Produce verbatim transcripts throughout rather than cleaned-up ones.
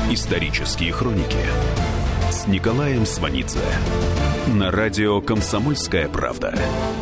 Исторические хроники с Николаем Сванидзе на радио «Комсомольская правда».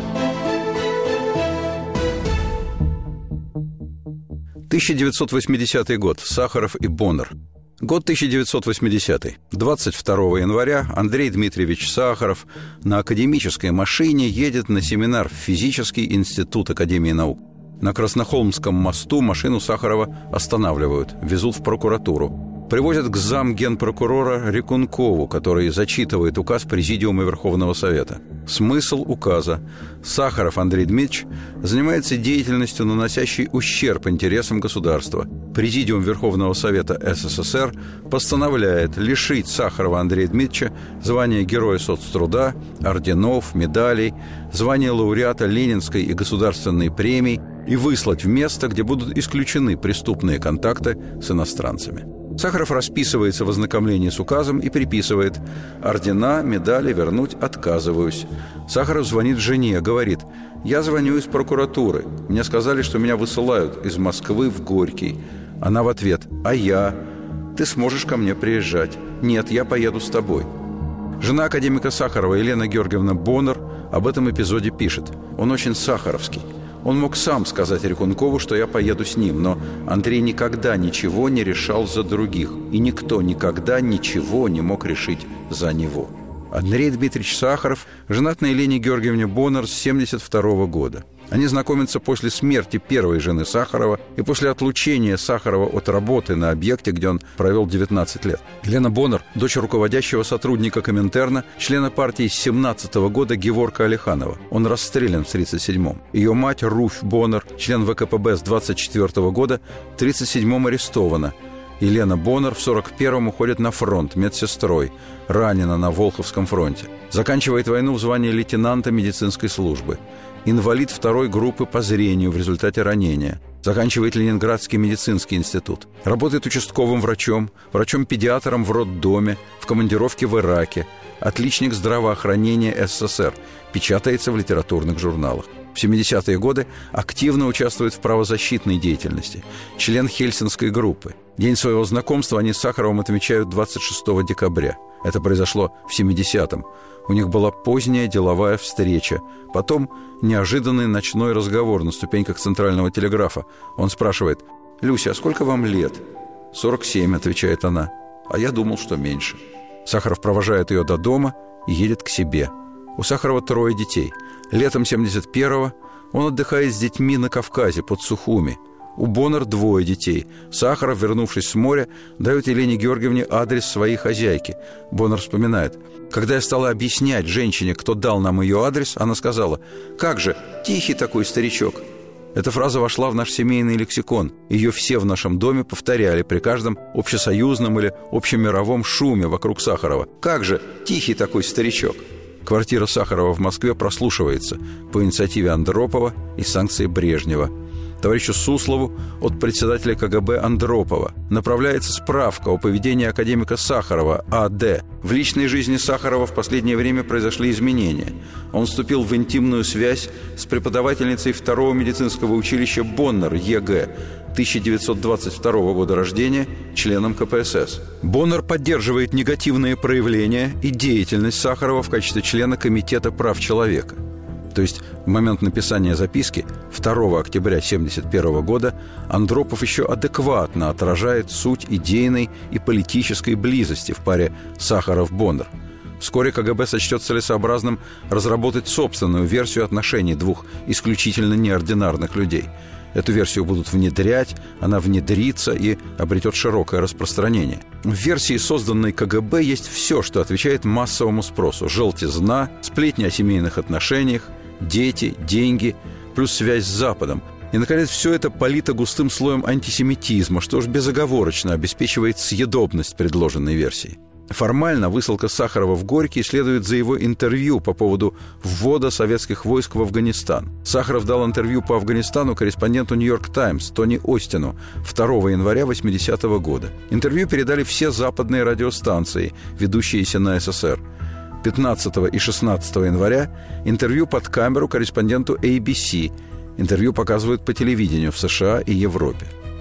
тысяча девятьсот восьмидесятый год. Сахаров и Боннер. Год тысяча девятьсот восьмидесятый. двадцать второго января Андрей Дмитриевич Сахаров на академической машине едет на семинар в Физический институт Академии наук. На Краснохолмском мосту машину Сахарова останавливают, везут в прокуратуру. Привозят к замгенпрокурора Рекункову, который зачитывает указ Президиума Верховного Совета. Смысл указа: Сахаров Андрей Дмитриевич занимается деятельностью, наносящей ущерб интересам государства. Президиум Верховного Совета СССР постановляет лишить Сахарова Андрея Дмитриевича звания Героя соцтруда, орденов, медалей, звания лауреата Ленинской и Государственной премий и выслать в место, где будут исключены преступные контакты с иностранцами. Сахаров расписывается в ознакомлении с указом и приписывает: ордена, медали вернуть отказываюсь. Сахаров звонит жене, говорит: я звоню из прокуратуры. Мне сказали, что меня высылают из Москвы в Горький. Она в ответ: а я? Ты сможешь ко мне приезжать? Нет, я поеду с тобой. Жена академика Сахарова, Елена Георгиевна Боннер, об этом эпизоде пишет: он очень сахаровский. Он мог сам сказать Рекункову, что я поеду с ним, но Андрей никогда ничего не решал за других, и никто никогда ничего не мог решить за него. Андрей Дмитриевич Сахаров женат на Елене Георгиевне Боннер с семьдесят второго года. Они знакомятся после смерти первой жены Сахарова и после отлучения Сахарова от работы на объекте, где он провел девятнадцать лет. Елена Боннер – дочь руководящего сотрудника Коминтерна, члена партии с семнадцатого года Геворка Алиханова. Он расстрелян в тридцать седьмом. Ее мать Руфь Боннер, член ВКПБ с двадцать четвертого года, в тридцать седьмом арестована. Елена Боннер в сорок первом уходит на фронт медсестрой, ранена на Волховском фронте. Заканчивает войну в звании лейтенанта медицинской службы. Инвалид второй группы по зрению в результате ранения. Заканчивает Ленинградский медицинский институт. Работает участковым врачом, врачом-педиатром в роддоме, в командировке в Ираке. Отличник здравоохранения СССР. Печатается в литературных журналах. В семидесятые годы активно участвует в правозащитной деятельности. Член Хельсинской группы. День своего знакомства они с Сахаровым отмечают двадцать шестого декабря. Это произошло в семидесятом. У них была поздняя деловая встреча. Потом неожиданный ночной разговор на ступеньках центрального телеграфа. Он спрашивает: «Люся, а сколько вам лет?» «сорок семь», — отвечает она. «А я думал, что меньше». Сахаров провожает ее до дома и едет к себе. У Сахарова трое детей. Летом семьдесят первого он отдыхает с детьми на Кавказе, под Сухуми. У Боннер двое детей. Сахаров, вернувшись с моря, дает Елене Георгиевне адрес своей хозяйки. Боннер вспоминает: когда я стала объяснять женщине, кто дал нам ее адрес, она сказала: «Как же, тихий такой старичок». Эта фраза вошла в наш семейный лексикон. Ее все в нашем доме повторяли при каждом общесоюзном или общемировом шуме вокруг Сахарова. «Как же, тихий такой старичок». Квартира Сахарова в Москве прослушивается по инициативе Андропова и санкции Брежнева. Товарищу Суслову от председателя КГБ Андропова направляется справка о поведении академика Сахарова А.Д. В личной жизни Сахарова в последнее время произошли изменения. Он вступил в интимную связь с преподавательницей второго медицинского училища Боннер Е.Г., тысяча девятьсот двадцать второго года рождения, членом ка пэ эс эс. Боннер поддерживает негативные проявления и деятельность Сахарова в качестве члена Комитета прав человека. То есть в момент написания записки второго октября семьдесят первого года Андропов еще адекватно отражает суть идейной и политической близости в паре Сахаров-Боннер. Вскоре ка гэ бэ сочтет целесообразным разработать собственную версию отношений двух исключительно неординарных людей. Эту версию будут внедрять, она внедрится и обретет широкое распространение. В версии, созданной ка гэ бэ, есть все, что отвечает массовому спросу: желтизна, сплетни о семейных отношениях, дети, деньги, плюс связь с Западом. И, наконец, все это полито густым слоем антисемитизма, что уж безоговорочно обеспечивает съедобность предложенной версии. Формально высылка Сахарова в Горький следует за его интервью по поводу ввода советских войск в Афганистан. Сахаров дал интервью по Афганистану корреспонденту «Нью-Йорк Таймс» Тони Остину второго января восьмидесятого года. Интервью передали все западные радиостанции, ведущиеся на эс эс эр. пятнадцатого и шестнадцатого января интервью под камеру корреспонденту эй би си. Интервью показывают по телевидению в США и Европе.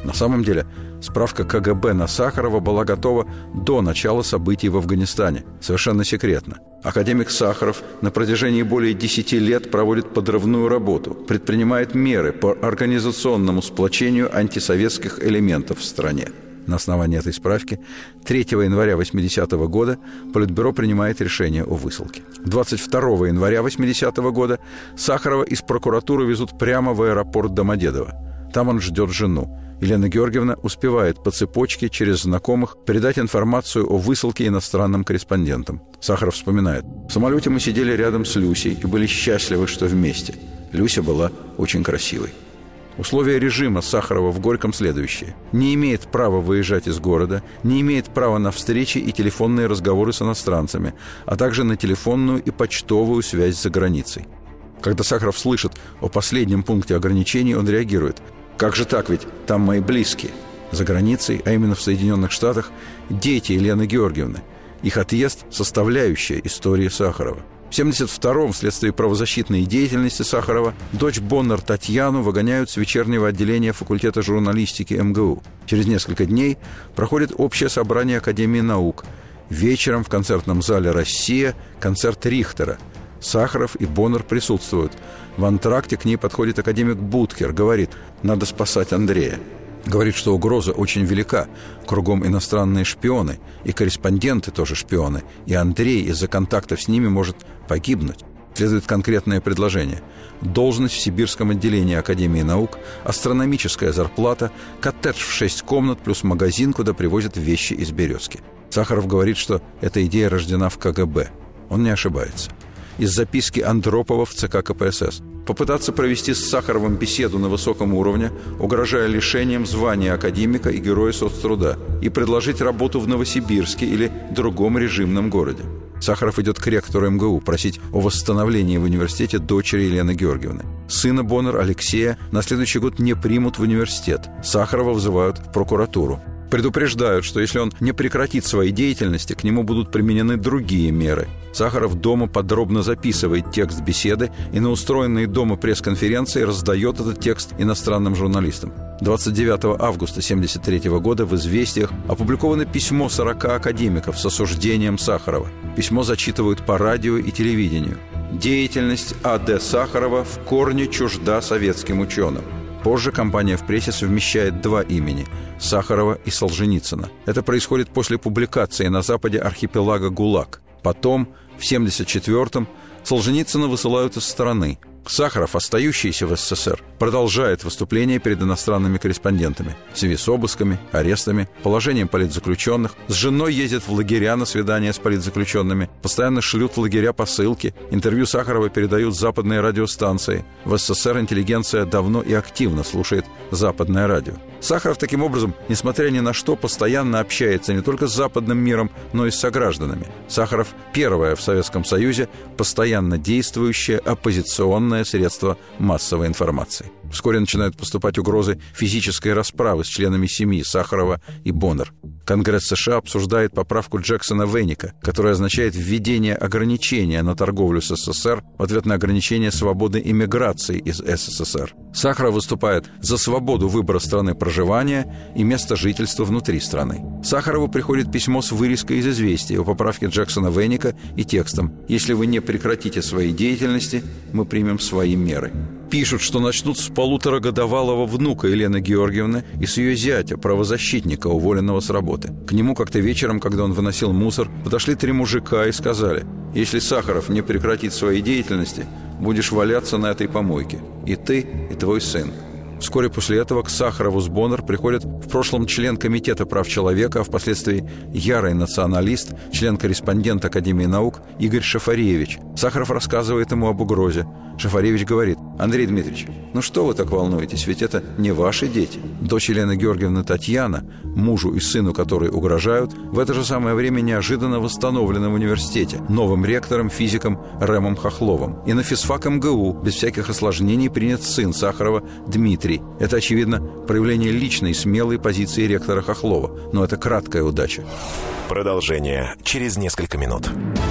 На самом деле, справка ка гэ бэ на Сахарова была готова до начала событий в Афганистане, совершенно секретно. Академик Сахаров на протяжении более десяти лет проводит подрывную работу, предпринимает меры по организационному сплочению антисоветских элементов в стране. На основании этой справки третьего января восьмидесятого года Политбюро принимает решение о высылке. двадцать второго января восьмидесятого года Сахарова из прокуратуры везут прямо в аэропорт Домодедово. Там он ждет жену. Елена Георгиевна успевает по цепочке через знакомых передать информацию о высылке иностранным корреспондентам. Сахаров вспоминает: «В самолете мы сидели рядом с Люсей и были счастливы, что вместе. Люся была очень красивой». Условия режима Сахарова в Горьком следующие: не имеет права выезжать из города, не имеет права на встречи и телефонные разговоры с иностранцами, а также на телефонную и почтовую связь за границей. Когда Сахаров слышит о последнем пункте ограничений, он реагирует: «Как же так, ведь там мои близкие». За границей, а именно в Соединенных Штатах, дети Елены Георгиевны. Их отъезд – составляющая истории Сахарова. В семьдесят втором, вследствие правозащитной деятельности Сахарова, дочь Боннер Татьяну выгоняют с вечернего отделения факультета журналистики эм гэ у. Через несколько дней проходит общее собрание Академии наук. Вечером в концертном зале «Россия» концерт Рихтера. Сахаров и Боннер присутствуют. В антракте к ней подходит академик Буткер, говорит: «Надо спасать Андрея». Говорит, что угроза очень велика. Кругом иностранные шпионы, и корреспонденты тоже шпионы. И Андрей из-за контактов с ними может погибнуть. Следует конкретное предложение: должность в Сибирском отделении Академии наук, астрономическая зарплата, коттедж в шесть комнат плюс магазин, куда привозят вещи из Березки. Сахаров говорит, что эта идея рождена в ка гэ бэ. Он не ошибается. Из записки Андропова в цэ ка ка пэ эс эс: попытаться провести с Сахаровым беседу на высоком уровне, угрожая лишением звания академика и героя соцтруда, и предложить работу в Новосибирске или другом режимном городе. Сахаров идет к ректору эм гэ у просить о восстановлении в университете дочери Елены Георгиевны. Сына Боннер, Алексея, на следующий год не примут в университет. Сахарова вызывают в прокуратуру. Предупреждают, что если он не прекратит своей деятельности, к нему будут применены другие меры. Сахаров дома подробно записывает текст беседы и на устроенной дома пресс-конференции раздает этот текст иностранным журналистам. двадцать девятого августа тысяча девятьсот семьдесят третьего года в «Известиях» опубликовано письмо сорока академиков с осуждением Сахарова. Письмо зачитывают по радио и телевидению. Деятельность а дэ Сахарова в корне чужда советским ученым. Позже компания в прессе совмещает два имени – Сахарова и Солженицына. Это происходит после публикации на Западе архипелага ГУЛАГ. Потом, в семьдесят четвёртом, Солженицына высылают из страны. Сахаров, остающийся в эс эс эс эр, продолжает выступления перед иностранными корреспондентами в связи с обысками, арестами, положением политзаключенных, с женой ездит в лагеря на свидания с политзаключенными, постоянно шлют в лагеря посылки, интервью Сахарова передают западные радиостанции. В эс эс эс эр интеллигенция давно и активно слушает западное радио. Сахаров, таким образом, несмотря ни на что, постоянно общается не только с западным миром, но и с согражданами. Сахаров – первое в Советском Союзе постоянно действующее оппозиционное средство массовой информации. Вскоре начинают поступать угрозы физической расправы с членами семьи Сахарова и Боннер. Конгресс США обсуждает поправку Джексона-Веника, которая означает введение ограничения на торговлю с эс эс эс эр в ответ на ограничение свободы иммиграции из эс эс эс эр. Сахаров выступает за свободу выбора страны проживания и места жительства внутри страны. Сахарову приходит письмо с вырезкой из «Известий» о поправке Джексона-Веника и текстом: «Если вы не прекратите своей деятельности, мы примем свои меры». Пишут, что начнут с полуторагодовалого внука Елены Георгиевны и с ее зятя, правозащитника, уволенного с работы. К нему как-то вечером, когда он выносил мусор, подошли три мужика и сказали: «Если Сахаров не прекратит своей деятельности, будешь валяться на этой помойке. И ты, и твой сын». Вскоре после этого к Сахарову с Боннер приходит в прошлом член Комитета прав человека, а впоследствии ярый националист, член-корреспондент Академии наук Игорь Шафаревич. Сахаров рассказывает ему об угрозе. Шафаревич говорит: «Андрей Дмитриевич, ну что вы так волнуетесь, ведь это не ваши дети». Дочь Елены Георгиевны Татьяна, мужу и сыну которой угрожают, в это же самое время неожиданно восстановлена в университете новым ректором, физиком Рэмом Хохловым. И на физфак эм гэ у без всяких осложнений принят сын Сахарова Дмитрий. Это, очевидно, проявление личной смелой позиции ректора Хохлова. Но это краткая удача. Продолжение через несколько минут.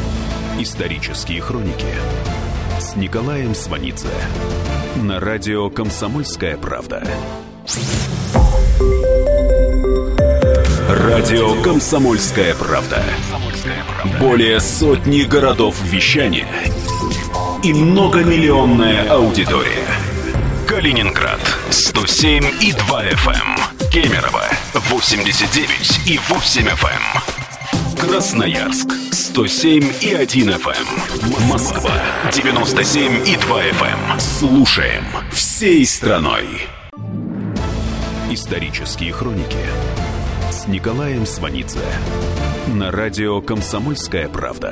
Исторические хроники с Николаем Сванидзе на радио «Комсомольская правда». Радио «Комсомольская правда». Более сотни городов вещания и многомиллионная аудитория. Калининград сто семь и два эф эм, Кемерово восемьдесят девять и восемь эф эм, Красноярск сто семь и один эф эм, Москва девяносто семь и два эф эм. Слушаем всей страной. Исторические хроники с Николаем Сванидзе на радио «Комсомольская правда».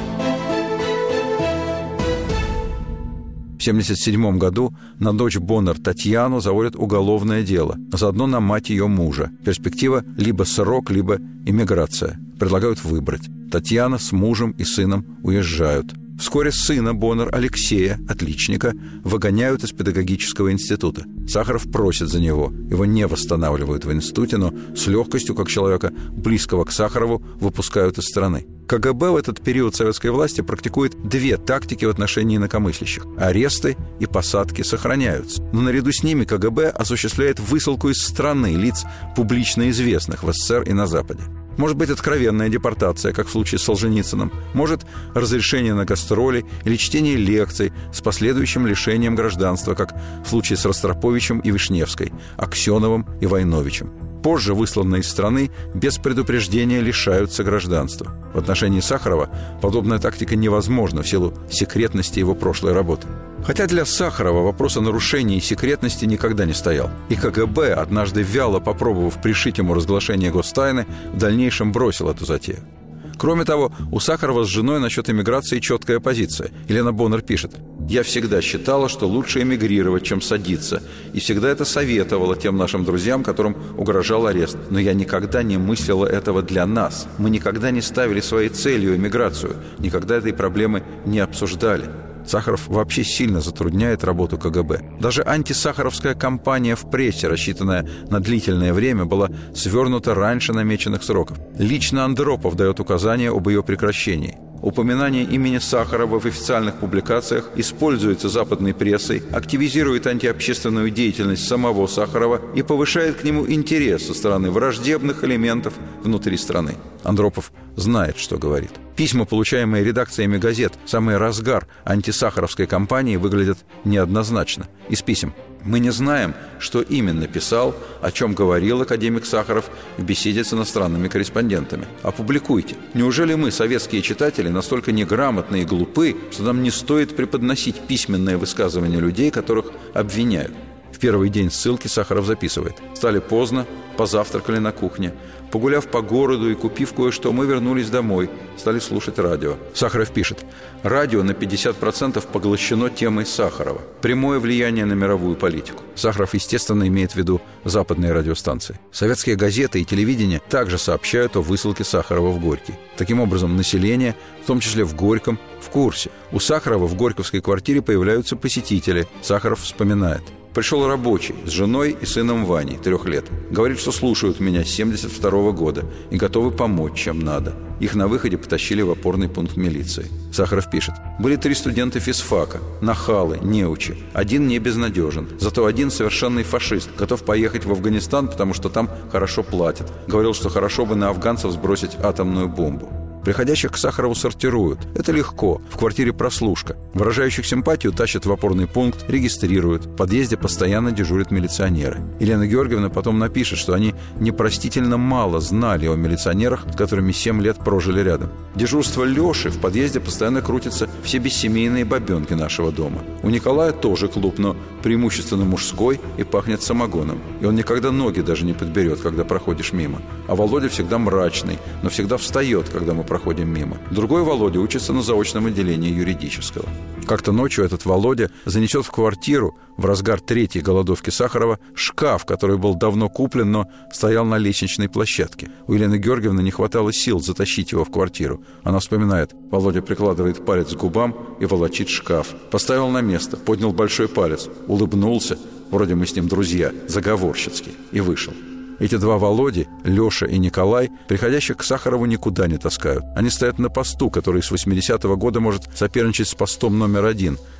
В семьдесят седьмом году на дочь Боннер Татьяну заводят уголовное дело, а заодно на мать ее мужа. Перспектива либо срок, либо эмиграция. Предлагают выбрать. Татьяна с мужем и сыном уезжают. Вскоре сына Боннер, Алексея, отличника, выгоняют из педагогического института. Сахаров просит за него. Его не восстанавливают в институте, но с легкостью, как человека, близкого к Сахарову, выпускают из страны. ка гэ бэ в этот период советской власти практикует две тактики в отношении инакомыслящих. Аресты и посадки сохраняются. Но наряду с ними ка гэ бэ осуществляет высылку из страны лиц публично известных в эс эс эс эр и на Западе. Может быть, откровенная депортация, как в случае с Солженицыным. Может, разрешение на гастроли или чтение лекций с последующим лишением гражданства, как в случае с Ростроповичем и Вишневской, Аксеновым и Войновичем. Позже высланные из страны без предупреждения лишаются гражданства. В отношении Сахарова подобная тактика невозможна в силу секретности его прошлой работы. Хотя для Сахарова вопрос о нарушении секретности никогда не стоял. И ка гэ бэ, однажды вяло попробовав пришить ему разглашение гостайны, в дальнейшем бросил эту затею. Кроме того, у Сахарова с женой насчет эмиграции четкая позиция. Елена Боннер пишет: «Я всегда считала, что лучше эмигрировать, чем садиться, и всегда это советовала тем нашим друзьям, которым угрожал арест. Но я никогда не мыслила этого для нас. Мы никогда не ставили своей целью эмиграцию, никогда этой проблемы не обсуждали». Сахаров вообще сильно затрудняет работу ка гэ бэ. Даже антисахаровская кампания в прессе, рассчитанная на длительное время, была свернута раньше намеченных сроков. Лично Андропов дает указания об ее прекращении. Упоминание имени Сахарова в официальных публикациях используется западной прессой, активизирует антиобщественную деятельность самого Сахарова и повышает к нему интерес со стороны враждебных элементов внутри страны. Андропов знает, что говорит. Письма, получаемые редакциями газет в самый разгар антисахаровской кампании, выглядят неоднозначно. Из писем: «Мы не знаем, что именно писал, о чем говорил академик Сахаров в беседе с иностранными корреспондентами. Опубликуйте. Неужели мы, советские читатели, настолько неграмотны и глупы, что нам не стоит преподносить письменное высказывание людей, которых обвиняют?» В первый день ссылки Сахаров записывает: «Стали поздно, позавтракали на кухне. Погуляв по городу и купив кое-что, мы вернулись домой, стали слушать радио». Сахаров пишет: «Радио на пятьдесят процентов поглощено темой Сахарова. Прямое влияние на мировую политику». Сахаров, естественно, имеет в виду западные радиостанции. Советские газеты и телевидение также сообщают о высылке Сахарова в Горький. Таким образом, население, в том числе в Горьком, в курсе. У Сахарова в горьковской квартире появляются посетители. Сахаров вспоминает: «Пришел рабочий с женой и сыном Ваней, трех лет. Говорит, что слушают меня с семьдесят второго года и готовы помочь, чем надо. Их на выходе потащили в опорный пункт милиции». Сахаров пишет: «Были три студента физфака, нахалы, неучи. Один не безнадежен, зато один совершенный фашист, готов поехать в Афганистан, потому что там хорошо платят. Говорил, что хорошо бы на афганцев сбросить атомную бомбу». Приходящих к Сахарову сортируют. Это легко. В квартире прослушка. Выражающих симпатию тащат в опорный пункт, регистрируют. В подъезде постоянно дежурят милиционеры. Елена Георгиевна потом напишет, что они непростительно мало знали о милиционерах, с которыми семь лет прожили рядом. Дежурство Леши в подъезде постоянно крутятся все бессемейные бабенки нашего дома. У Николая тоже клуб, но преимущественно мужской и пахнет самогоном. И он никогда ноги даже не подберет, когда проходишь мимо. А Володя всегда мрачный, но всегда встает, когда мы проходим мимо. Другой Володя учится на заочном отделении юридического. Как-то ночью этот Володя занесет в квартиру в разгар третьей голодовки Сахарова шкаф, который был давно куплен, но стоял на лестничной площадке. У Елены Георгиевны не хватало сил затащить его в квартиру. Она вспоминает: Володя прикладывает палец к губам и волочит шкаф. Поставил на место, поднял большой палец, улыбнулся, вроде мы с ним друзья, заговорщицки, и вышел. Эти два Володи, Леша и Николай, приходящих к Сахарову никуда не таскают. Они стоят на посту, который с восьмидесятого года может соперничать с постом номер один.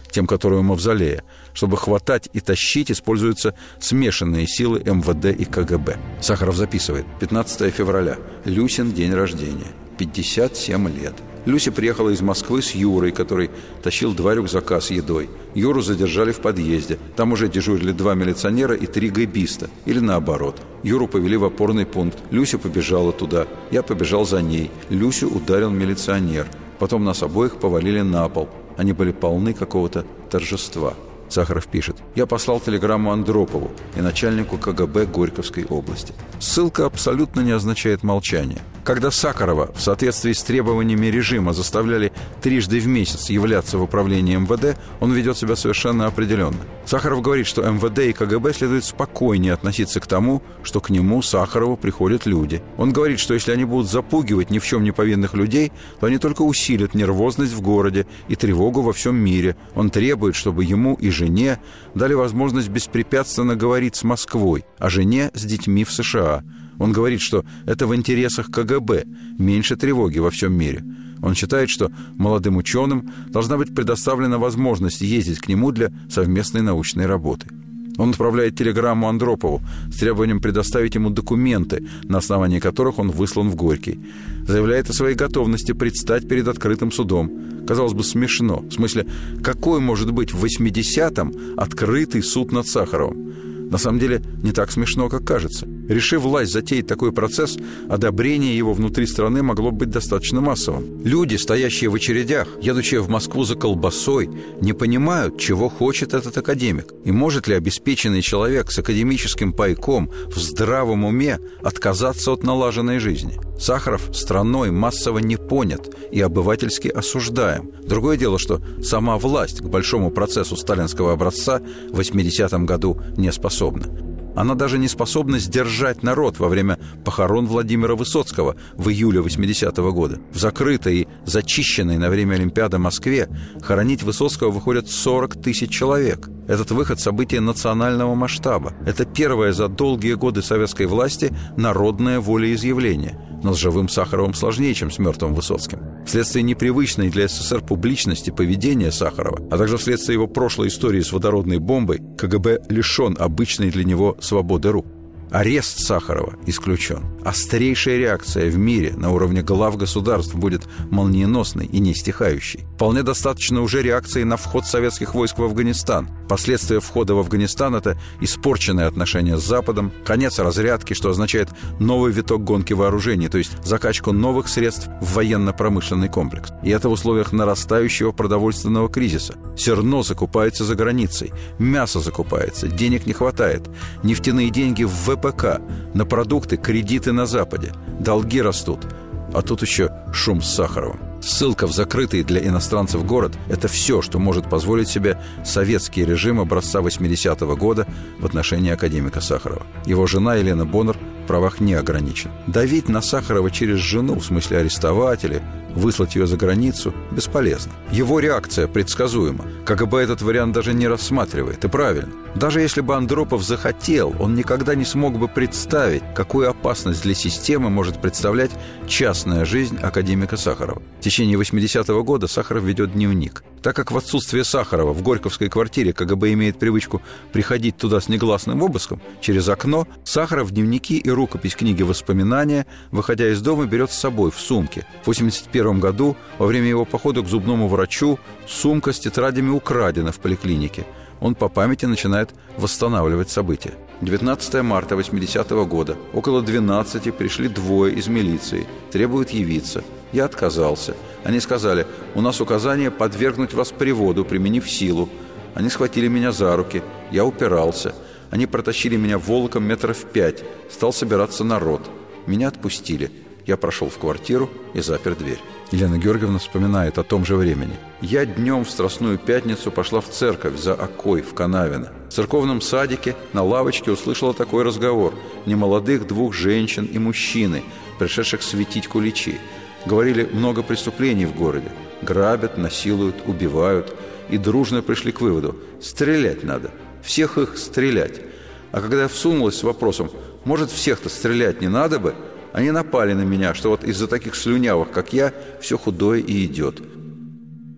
тем, которые у Мавзолея. Чтобы хватать и тащить, используются смешанные силы эм вэ дэ и ка гэ бэ. Сахаров записывает. пятнадцатого февраля. Люсин день рождения. пятьдесят семь лет. Люся приехала из Москвы с Юрой, который тащил два рюкзака с едой. Юру задержали в подъезде. Там уже дежурили два милиционера и три гэбиста. Или наоборот. Юру повели в опорный пункт. Люся побежала туда. Я побежал за ней. Люсю ударил милиционер. Потом нас обоих повалили на пол. Они были полны какого-то торжества. Сахаров пишет. Я послал телеграмму Андропову и начальнику ка гэ бэ Горьковской области. Ссылка абсолютно не означает молчание. Когда Сахарова в соответствии с требованиями режима заставляли трижды в месяц являться в управление эм вэ дэ, он ведет себя совершенно определенно. Сахаров говорит, что эм вэ дэ и ка гэ бэ следует спокойнее относиться к тому, что к нему, Сахарову, приходят люди. Он говорит, что если они будут запугивать ни в чем не повинных людей, то они только усилят нервозность в городе и тревогу во всем мире. Он требует, чтобы ему и жене дали возможность беспрепятственно говорить с Москвой, а жене с детьми в США. Он говорит, что это в интересах ка гэ бэ, меньше тревоги во всем мире. Он считает, что молодым ученым должна быть предоставлена возможность ездить к нему для совместной научной работы. Он отправляет телеграмму Андропову с требованием предоставить ему документы, на основании которых он выслан в Горький. Заявляет о своей готовности предстать перед открытым судом. Казалось бы, смешно. В смысле, какой может быть в восьмидесятом открытый суд над Сахаровым? На самом деле, не так смешно, как кажется. Решив власть затеять такой процесс, одобрение его внутри страны могло быть достаточно массовым. Люди, стоящие в очередях, едущие в Москву за колбасой, не понимают, чего хочет этот академик. И может ли обеспеченный человек с академическим пайком в здравом уме отказаться от налаженной жизни? Сахаров страной массово не понят и обывательски осуждаем. Другое дело, что сама власть к большому процессу сталинского образца в восьмидесятом году не способна. Она даже не способна сдержать народ во время похорон Владимира Высоцкого в июле восьмидесятого года. В закрытой и зачищенной на время Олимпиады Москве хоронить Высоцкого выходят сорок тысяч человек. Этот выход – событие национального масштаба. Это первое за долгие годы советской власти народное волеизъявление. Но с живым Сахаровым сложнее, чем с мертвым Высоцким. Вследствие непривычной для эс эс эс эр публичности поведения Сахарова, а также вследствие его прошлой истории с водородной бомбой, ка гэ бэ лишен обычной для него свободы рук. Арест Сахарова исключен. Острейшая реакция в мире на уровне глав государств будет молниеносной и не стихающей. Вполне достаточно уже реакции на вход советских войск в Афганистан. Последствия входа в Афганистан – это испорченные отношения с Западом, конец разрядки, что означает новый виток гонки вооружений, то есть закачку новых средств в военно-промышленный комплекс. И это в условиях нарастающего продовольственного кризиса. Зерно закупается за границей, мясо закупается, денег не хватает, нефтяные деньги в вэ пэ ка, на продукты, кредиты на Западе, долги растут. А тут еще шум с Сахаровым. Ссылка в закрытый для иностранцев город – это все, что может позволить себе советский режим образца восьмидесятого года в отношении академика Сахарова. Его жена Елена Боннер в правах не ограничена. Давить на Сахарова через жену, в смысле арестовать или выслать ее за границу, бесполезно. Его реакция предсказуема. ка гэ бэ этот вариант даже не рассматривает. И правильно. Даже если бы Андропов захотел, он никогда не смог бы представить, какую опасность для системы может представлять частная жизнь академика Сахарова. В течение восьмидесятого года Сахаров ведет дневник. Так как в отсутствие Сахарова в Горьковской квартире ка гэ бэ имеет привычку приходить туда с негласным обыском, через окно, Сахаров дневники и рукопись книги «Воспоминания», выходя из дома, берет с собой в сумке. В восемьдесят первом году, во время его похода к зубному врачу, сумка с тетрадями украдена в поликлинике. Он по памяти начинает восстанавливать события. девятнадцатого марта восьмидесятого года, около двенадцати, пришли двое из милиции, требуют явиться. Я отказался. Они сказали: у нас указание подвергнуть вас приводу, применив силу. Они схватили меня за руки. Я упирался. Они протащили меня волоком метров пять. Стал собираться народ. Меня отпустили. Я прошел в квартиру и запер дверь. Елена Георгиевна вспоминает о том же времени. «Я днем в Страстную Пятницу пошла в церковь за окой в Канавино. В церковном садике на лавочке услышала такой разговор немолодых двух женщин и мужчины, пришедших светить куличи. Говорили, много преступлений в городе. Грабят, насилуют, убивают. И дружно пришли к выводу: стрелять надо. Всех их стрелять. А когда я всунулась с вопросом: может, всех-то стрелять не надо бы, они напали на меня, что вот из-за таких слюнявых, как я, все худое и идет».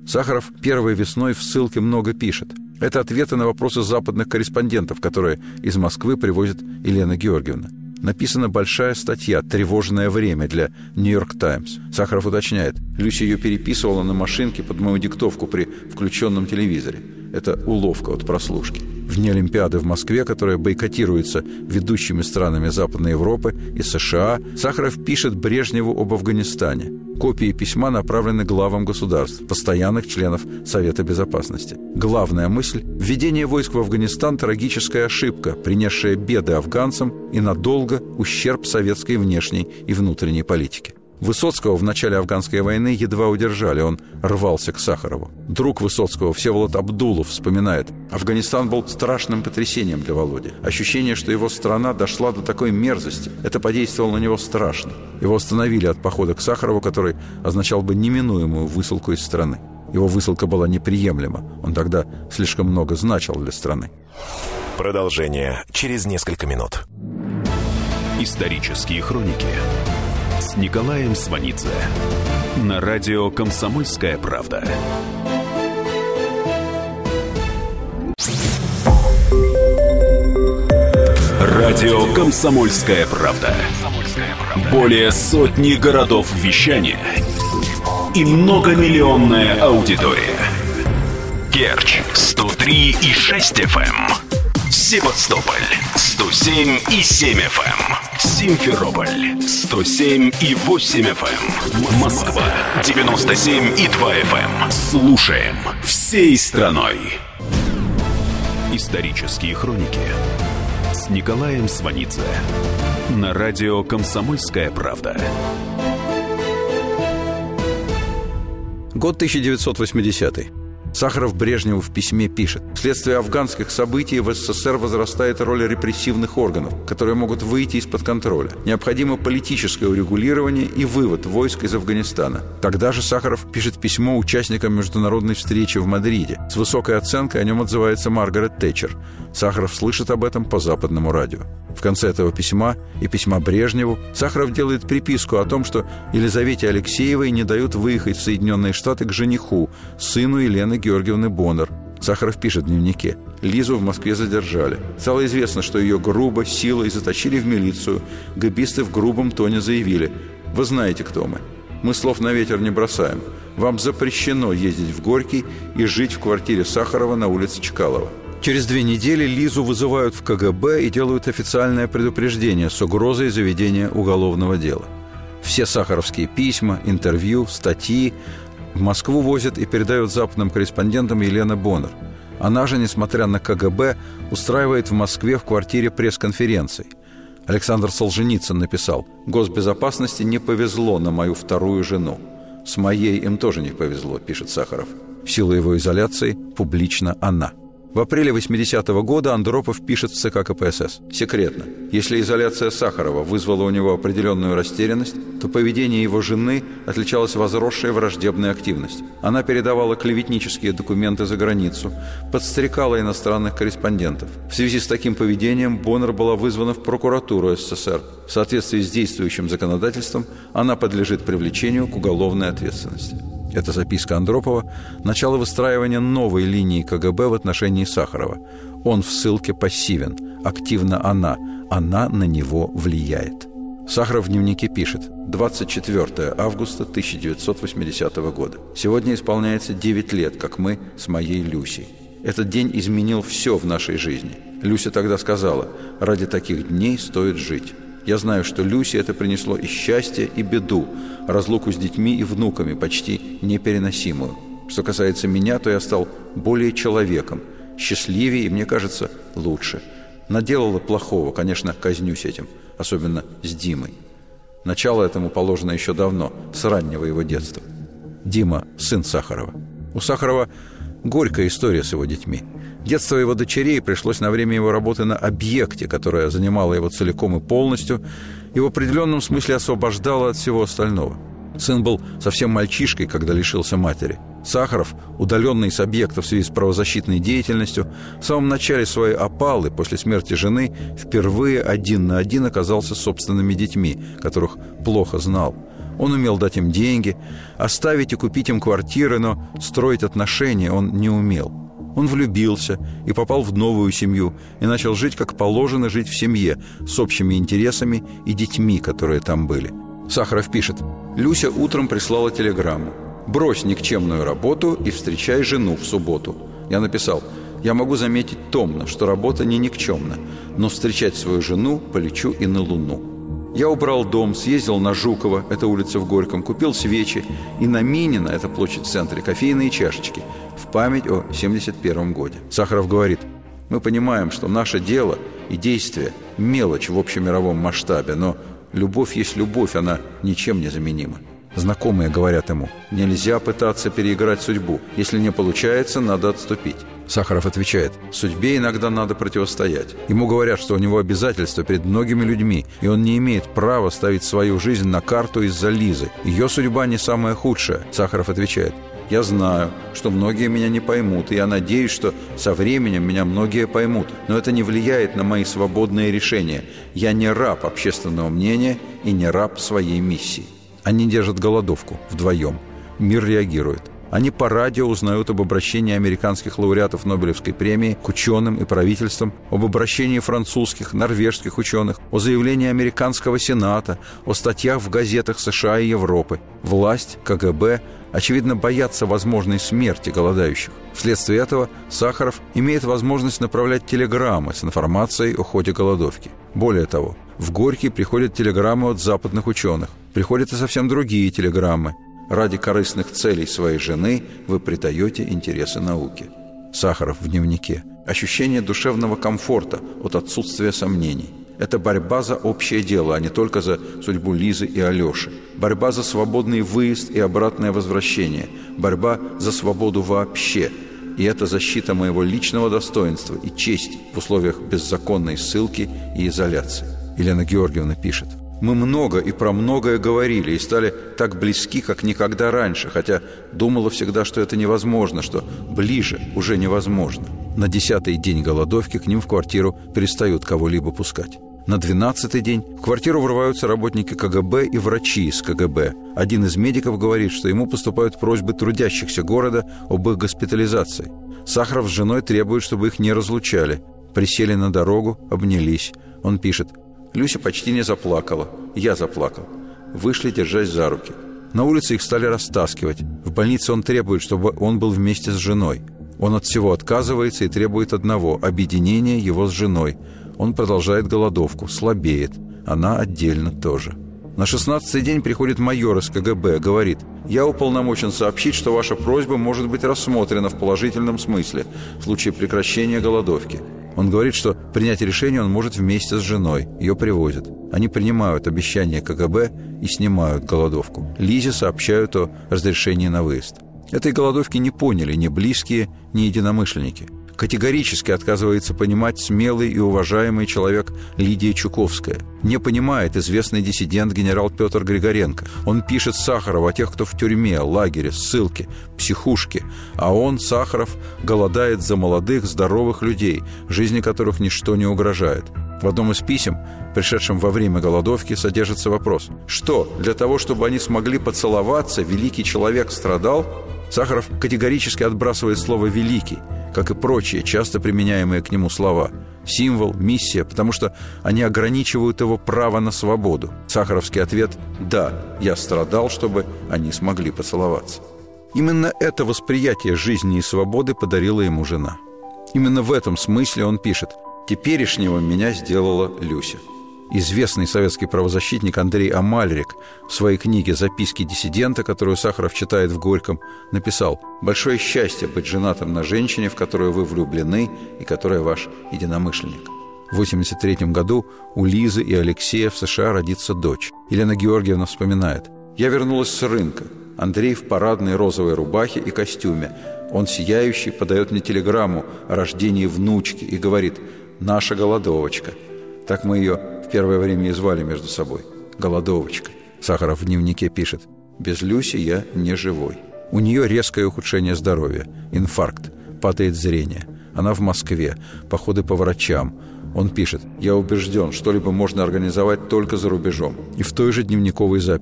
Сахаров первой весной в ссылке много пишет. Это ответы на вопросы западных корреспондентов, которые из Москвы привозит Елена Георгиевна. Написана большая статья «Тревожное время» для «Нью-Йорк Таймс». Сахаров уточняет, Люся ее переписывала на машинке под мою диктовку при включенном телевизоре. Это уловка от прослушки. Вне Олимпиады в Москве, которая бойкотируется ведущими странами Западной Европы и США, Сахаров пишет Брежневу об Афганистане. Копии письма направлены главам государств, постоянных членов Совета Безопасности. Главная мысль – введение войск в Афганистан – трагическая ошибка, принесшая беды афганцам и надолго ущерб советской внешней и внутренней политике. Высоцкого в начале афганской войны едва удержали, он рвался к Сахарову. Друг Высоцкого, Всеволод Абдулов, вспоминает: «Афганистан был страшным потрясением для Володи. Ощущение, что его страна дошла до такой мерзости, это подействовало на него страшно. Его остановили от похода к Сахарову, который означал бы неминуемую высылку из страны. Его высылка была неприемлема, он тогда слишком много значил для страны». Продолжение через несколько минут. Исторические хроники с Николаем Сванидзе на радио «Комсомольская правда». Радио «Комсомольская правда». Более сотни городов вещания и многомиллионная аудитория. Керчь сто три и шесть эф эм, Севастополь сто семь и семь эф эм, Симферополь сто семь и восемь эф эм, Москва девяносто семь и два эф эм. Слушаем всей страной. Исторические хроники с Николаем Сванидзе на радио «Комсомольская правда». Год тысяча девятьсот восьмидесятый. Сахаров Брежневу в письме пишет: «Вследствие афганских событий в СССР возрастает роль репрессивных органов, которые могут выйти из-под контроля. Необходимо политическое урегулирование и вывод войск из Афганистана». Тогда же Сахаров пишет письмо участникам международной встречи в Мадриде. С высокой оценкой о нем отзывается Маргарет Тэтчер. Сахаров слышит об этом по западному радио. В конце этого письма и письма Брежневу Сахаров делает приписку о том, что Елизавете Алексеевой не дают выехать в Соединенные Штаты к жениху, сыну Елены Георгиевны Боннер. Сахаров пишет в дневнике: «Лизу в Москве задержали. Стало известно, что ее грубо, силой заточили в милицию. Гэбисты в грубом тоне заявили: вы знаете, кто мы. Мы слов на ветер не бросаем. Вам запрещено ездить в Горький и жить в квартире Сахарова на улице Чкалова». Через две недели Лизу вызывают в ка гэ бэ и делают официальное предупреждение с угрозой заведения уголовного дела. Все сахаровские письма, интервью, статьи в Москву возят и передают западным корреспондентам Елена Боннер. Она же, несмотря на ка гэ бэ, устраивает в Москве в квартире пресс-конференций. Александр Солженицын написал: «Госбезопасности не повезло на мою вторую жену. С моей им тоже не повезло», пишет Сахаров. В силу его изоляции публично она. В апреле восьмидесятого года Андропов пишет в цэ ка ка пэ эс эс: «Секретно. Если изоляция Сахарова вызвала у него определенную растерянность, то поведение его жены отличалось возросшей враждебной активностью. Она передавала клеветнические документы за границу, подстрекала иностранных корреспондентов. В связи с таким поведением Боннер была вызвана в прокуратуру эс эс эс эр. В соответствии с действующим законодательством она подлежит привлечению к уголовной ответственности». Это записка Андропова – начало выстраивания новой линии ка гэ бэ в отношении Сахарова. Он в ссылке пассивен, активно она, она на него влияет. Сахаров в дневнике пишет: двадцать четвёртого августа тысяча девятьсот восьмидесятого года. Сегодня исполняется девять лет, как мы с моей Люсей. Этот день изменил все в нашей жизни. Люся тогда сказала: ради таких дней стоит жить. Я знаю, что Люсе это принесло и счастье, и беду, разлуку с детьми и внуками, почти непереносимую. Что касается меня, то я стал более человеком, счастливее и, мне кажется, лучше. Наделала плохого, конечно, казнюсь этим, особенно с Димой. Начало этому положено еще давно, с раннего его детства. Дима – сын Сахарова. У Сахарова горькая история с его детьми. Детство его дочерей пришлось на время его работы на объекте, которое занимало его целиком и полностью, и в определенном смысле освобождало от всего остального. Сын был совсем мальчишкой, когда лишился матери. Сахаров, удаленный с объекта в связи с правозащитной деятельностью, в самом начале своей опалы, после смерти жены, впервые один на один оказался с собственными детьми, которых плохо знал. Он умел дать им деньги, оставить и купить им квартиры, но строить отношения он не умел. Он влюбился и попал в новую семью и начал жить, как положено жить в семье, с общими интересами и детьми, которые там были. Сахаров пишет: «Люся утром прислала телеграмму: брось никчемную работу и встречай жену в субботу. Я написал: я могу заметить томно, что работа не никчемна, но встречать свою жену полечу и на Луну. Я убрал дом, съездил на Жукова, это улица в Горьком, купил свечи, и на Минина, это площадь в центре, кофейные чашечки в память о семьдесят первом годе». Сахаров говорит: «Мы понимаем, что наше дело и действие – мелочь в общемировом масштабе, но любовь есть любовь, она ничем не заменима». Знакомые говорят ему: «Нельзя пытаться переиграть судьбу. Если не получается, надо отступить». Сахаров отвечает: «Судьбе иногда надо противостоять». Ему говорят, что у него обязательства перед многими людьми, и он не имеет права ставить свою жизнь на карту из-за Лизы. Ее судьба не самая худшая. Сахаров отвечает: «Я знаю, что многие меня не поймут, и я надеюсь, что со временем меня многие поймут, но это не влияет на мои свободные решения. Я не раб общественного мнения и не раб своей миссии». Они держат голодовку вдвоем. Мир реагирует. Они по радио узнают об обращении американских лауреатов Нобелевской премии к ученым и правительствам, об обращении французских, норвежских ученых, о заявлении американского Сената, о статьях в газетах США и Европы. Власть, КГБ, очевидно, боятся возможной смерти голодающих. Вследствие этого Сахаров имеет возможность направлять телеграммы с информацией о ходе голодовки. Более того, в Горький приходят телеграммы от западных ученых. Приходят и совсем другие телеграммы. Ради корыстных целей своей жены вы предаете интересы науки. Сахаров в дневнике. Ощущение душевного комфорта от отсутствия сомнений. Это борьба за общее дело, а не только за судьбу Лизы и Алеши. Борьба за свободный выезд и обратное возвращение. Борьба за свободу вообще. И это защита моего личного достоинства и чести в условиях беззаконной ссылки и изоляции. Елена Георгиевна пишет: «Мы много и про многое говорили и стали так близки, как никогда раньше, хотя думала всегда, что это невозможно, что ближе уже невозможно». На десятый день голодовки к ним в квартиру перестают кого-либо пускать. На двенадцатый день в квартиру врываются работники КГБ и врачи из КГБ. Один из медиков говорит, что ему поступают просьбы трудящихся города об их госпитализации. Сахаров с женой требует, чтобы их не разлучали. Присели на дорогу, обнялись. Он пишет: «Люся почти не заплакала. Я заплакал. Вышли, держась за руки. На улице их стали растаскивать. В больнице он требует, чтобы он был вместе с женой. Он от всего отказывается и требует одного – объединения его с женой. Он продолжает голодовку, слабеет. Она отдельно тоже. На шестнадцатый день приходит майор из КГБ, говорит: «Я уполномочен сообщить, что ваша просьба может быть рассмотрена в положительном смысле в случае прекращения голодовки». Он говорит, что принять решение он может вместе с женой. Ее привозят. Они принимают обещание КГБ и снимают голодовку. Лизе сообщают о разрешении на выезд. Этой голодовки не поняли ни близкие, ни единомышленники. Категорически отказывается понимать смелый и уважаемый человек Лидия Чуковская. Не понимает известный диссидент генерал Петр Григоренко. Он пишет Сахарову о тех, кто в тюрьме, лагере, ссылке, психушке. А он, Сахаров, голодает за молодых, здоровых людей, жизни которых ничто не угрожает. В одном из писем, пришедшем во время голодовки, содержится вопрос: что, для того, чтобы они смогли поцеловаться, великий человек страдал? Сахаров категорически отбрасывает слово «великий», как и прочие, часто применяемые к нему слова. Символ, миссия, потому что они ограничивают его право на свободу. Сахаровский ответ: «Да, я страдал, чтобы они смогли поцеловаться». Именно это восприятие жизни и свободы подарила ему жена. Именно в этом смысле он пишет: «Теперешнего меня сделала Люся». Известный советский правозащитник Андрей Амальрик в своей книге «Записки диссидента», которую Сахаров читает в Горьком, написал: «Большое счастье быть женатым на женщине, в которую вы влюблены и которая ваш единомышленник». В восемьдесят третьем году у Лизы и Алексея в США родится дочь. Елена Георгиевна вспоминает: «Я вернулась с рынка. Андрей в парадной розовой рубахе и костюме. Он сияющий подает мне телеграмму о рождении внучки и говорит: «Наша голодовочка». Так мы ее в первое время и звали между собой. Голодовочка. Сахаров в дневнике пишет: «Без Люси я не живой». У нее резкое ухудшение здоровья, инфаркт, падает зрение. Она в Москве, походы по врачам. Он пишет: «Я убежден, что-либо можно организовать только за рубежом». И в той же дневниковой записи: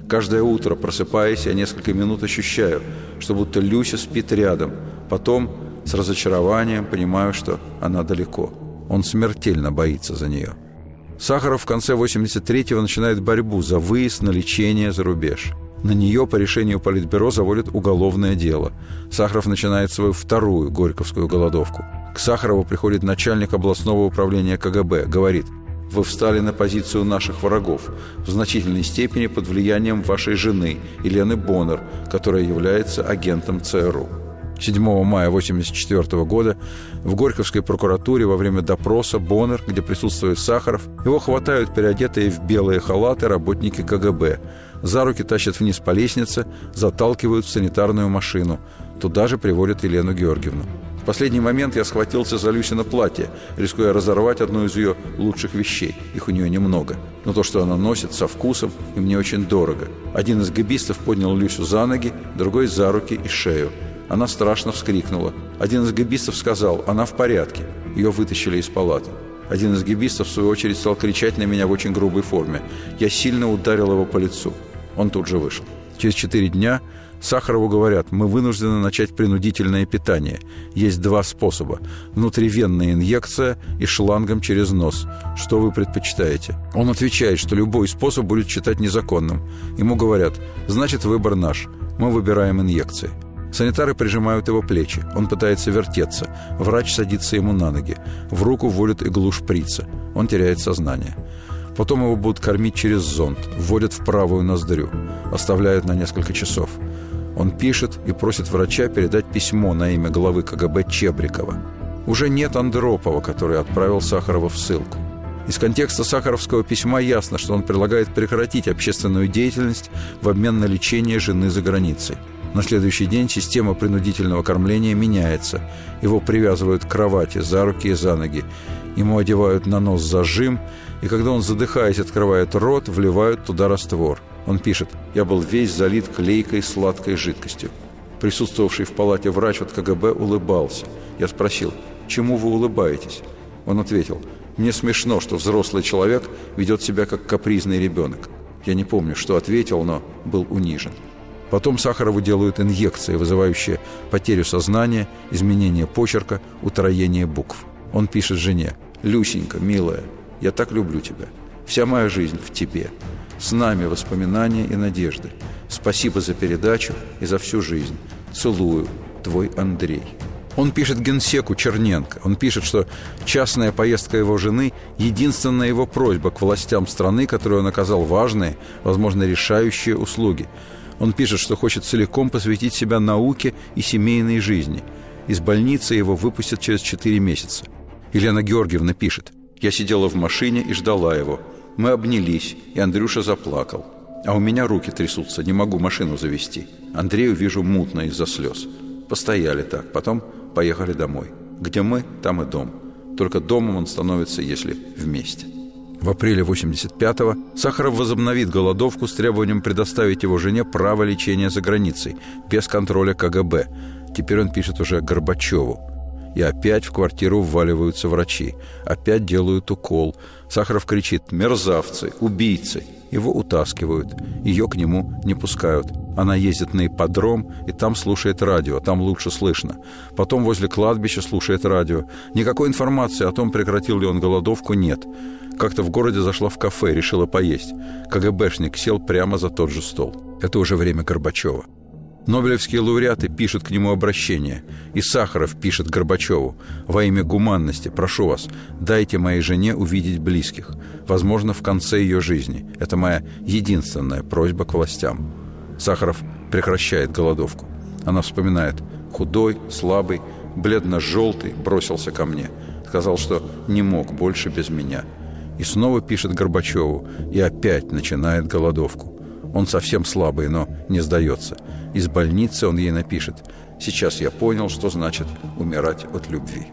Каждое утро, просыпаясь, я несколько минут ощущаю, что будто Люся спит рядом. Потом, с разочарованием, понимаю, что она далеко. Он смертельно боится за нее. Сахаров в конце восемьдесят третьего начинает борьбу за выезд на лечение за рубеж. На нее по решению Политбюро заводят уголовное дело. Сахаров начинает свою вторую горьковскую голодовку. К Сахарову приходит начальник областного управления ка гэ бэ. Говорит: «Вы встали на позицию наших врагов, в значительной степени под влиянием вашей жены Елены Боннер, которая является агентом цэ эр у». седьмого мая восемьдесят четвёртого года в Горьковской прокуратуре во время допроса Боннер, где присутствует Сахаров, его хватают переодетые в белые халаты работники ка гэ бэ. За руки тащат вниз по лестнице, заталкивают в санитарную машину. Туда же приводят Елену Георгиевну. В последний момент я схватился за Люсино платье, рискуя разорвать одну из ее лучших вещей. Их у нее немного. Но то, что она носит, со вкусом, и мне очень дорого. Один из гэбистов поднял Люсю за ноги, другой за руки и шею. Она страшно вскрикнула. Один из гэбистов сказал: «Она в порядке». Ее вытащили из палаты. Один из гэбистов, в свою очередь, стал кричать на меня в очень грубой форме. Я сильно ударил его по лицу. Он тут же вышел. Через четыре дня Сахарову говорят: «Мы вынуждены начать принудительное питание. Есть два способа. Внутривенная инъекция и шлангом через нос. Что вы предпочитаете?» Он отвечает, что любой способ будет считать незаконным. Ему говорят: «Значит, выбор наш. Мы выбираем инъекции». Санитары прижимают его плечи. Он пытается вертеться. Врач садится ему на ноги. В руку вводят иглу шприца. Он теряет сознание. Потом его будут кормить через зонд. Вводят в правую ноздрю. Оставляют на несколько часов. Он пишет и просит врача передать письмо на имя главы ка гэ бэ Чебрикова. Уже нет Андропова, который отправил Сахарова в ссылку. Из контекста сахаровского письма ясно, что он предлагает прекратить общественную деятельность в обмен на лечение жены за границей. На следующий день система принудительного кормления меняется. Его привязывают к кровати за руки и за ноги. Ему одевают на нос зажим, и когда он, задыхаясь, открывает рот, вливают туда раствор. Он пишет: «Я был весь залит клейкой сладкой жидкостью». Присутствовавший в палате врач от ка гэ бэ улыбался. Я спросил: «Чему вы улыбаетесь?» Он ответил: «Мне смешно, что взрослый человек ведет себя как капризный ребенок». Я не помню, что ответил, но был унижен. Потом Сахарову делают инъекции, вызывающие потерю сознания, изменение почерка, утроение букв. Он пишет жене: «Люсенька, милая, я так люблю тебя. Вся моя жизнь в тебе. С нами воспоминания и надежды. Спасибо за передачу и за всю жизнь. Целую. Твой Андрей». Он пишет генсеку Черненко. Он пишет, что частная поездка его жены – единственная его просьба к властям страны, которой он оказал важные, возможно, решающие услуги. Он пишет, что хочет целиком посвятить себя науке и семейной жизни. Из больницы его выпустят через четыре месяца. Елена Георгиевна пишет: «Я сидела в машине и ждала его. Мы обнялись, и Андрюша заплакал. А у меня руки трясутся, не могу машину завести. Андрею вижу мутно из-за слез. Постояли так, потом поехали домой. Где мы, там и дом. Только домом он становится, если вместе». В апреле восемьдесят пятого Сахаров возобновит голодовку с требованием предоставить его жене право лечения за границей, без контроля ка гэ бэ. Теперь он пишет уже Горбачеву. И опять в квартиру вваливаются врачи. Опять делают укол. Сахаров кричит: «Мерзавцы! Убийцы!» Его утаскивают. Ее к нему не пускают. Она ездит на ипподром и там слушает радио. Там лучше слышно. Потом возле кладбища слушает радио. Никакой информации о том, прекратил ли он голодовку, нет. Как-то в городе зашла в кафе, решила поесть. ка гэ бэшник сел прямо за тот же стол. Это уже время Горбачева. Нобелевские лауреаты пишут к нему обращение. И Сахаров пишет Горбачеву: «Во имя гуманности, прошу вас, дайте моей жене увидеть близких. Возможно, в конце ее жизни. Это моя единственная просьба к властям». Сахаров прекращает голодовку. Она вспоминает: «Худой, слабый, бледно-желтый бросился ко мне. Сказал, что не мог больше без меня». И снова пишет Горбачеву, и опять начинает голодовку. Он совсем слабый, но не сдается. Из больницы он ей напишет: «Сейчас я понял, что значит умирать от любви».